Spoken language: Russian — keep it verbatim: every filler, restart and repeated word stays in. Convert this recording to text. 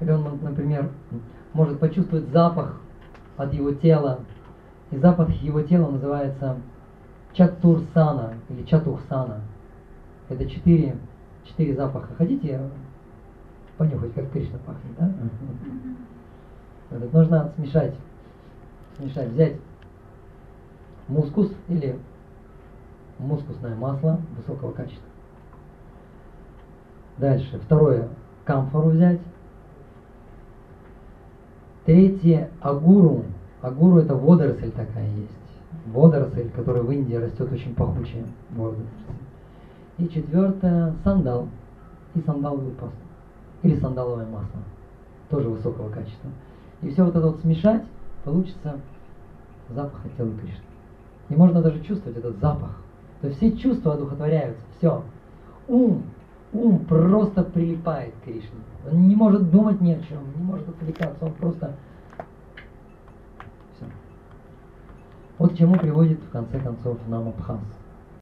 Или он, например, может почувствовать запах от его тела. И запах его тела называется чатурсана или чатухсана. Это четыре, четыре запаха. Хотите понюхать, как Кришна пахнет, да? Вот, нужно смешать. Смешать. Взять мускус или мускусное масло высокого качества. Дальше. Второе. Камфору взять. Третье. Агуру. Агуру это водоросль такая есть. Водоросль, которая в Индии растет очень пахучая. Водоросль. И четвертое. Сандал. И сандаловый пасту. Или сандаловое масло. Тоже высокого качества. И все вот это вот смешать, получится запах от тела Кришны. И можно даже чувствовать этот запах. То есть все чувства одухотворяются. Все. Ум. Ум просто прилипает к Кришне. Он не может думать ни о чем, не может отвлекаться, он просто... Все. Вот к чему приводит в конце концов намабхас.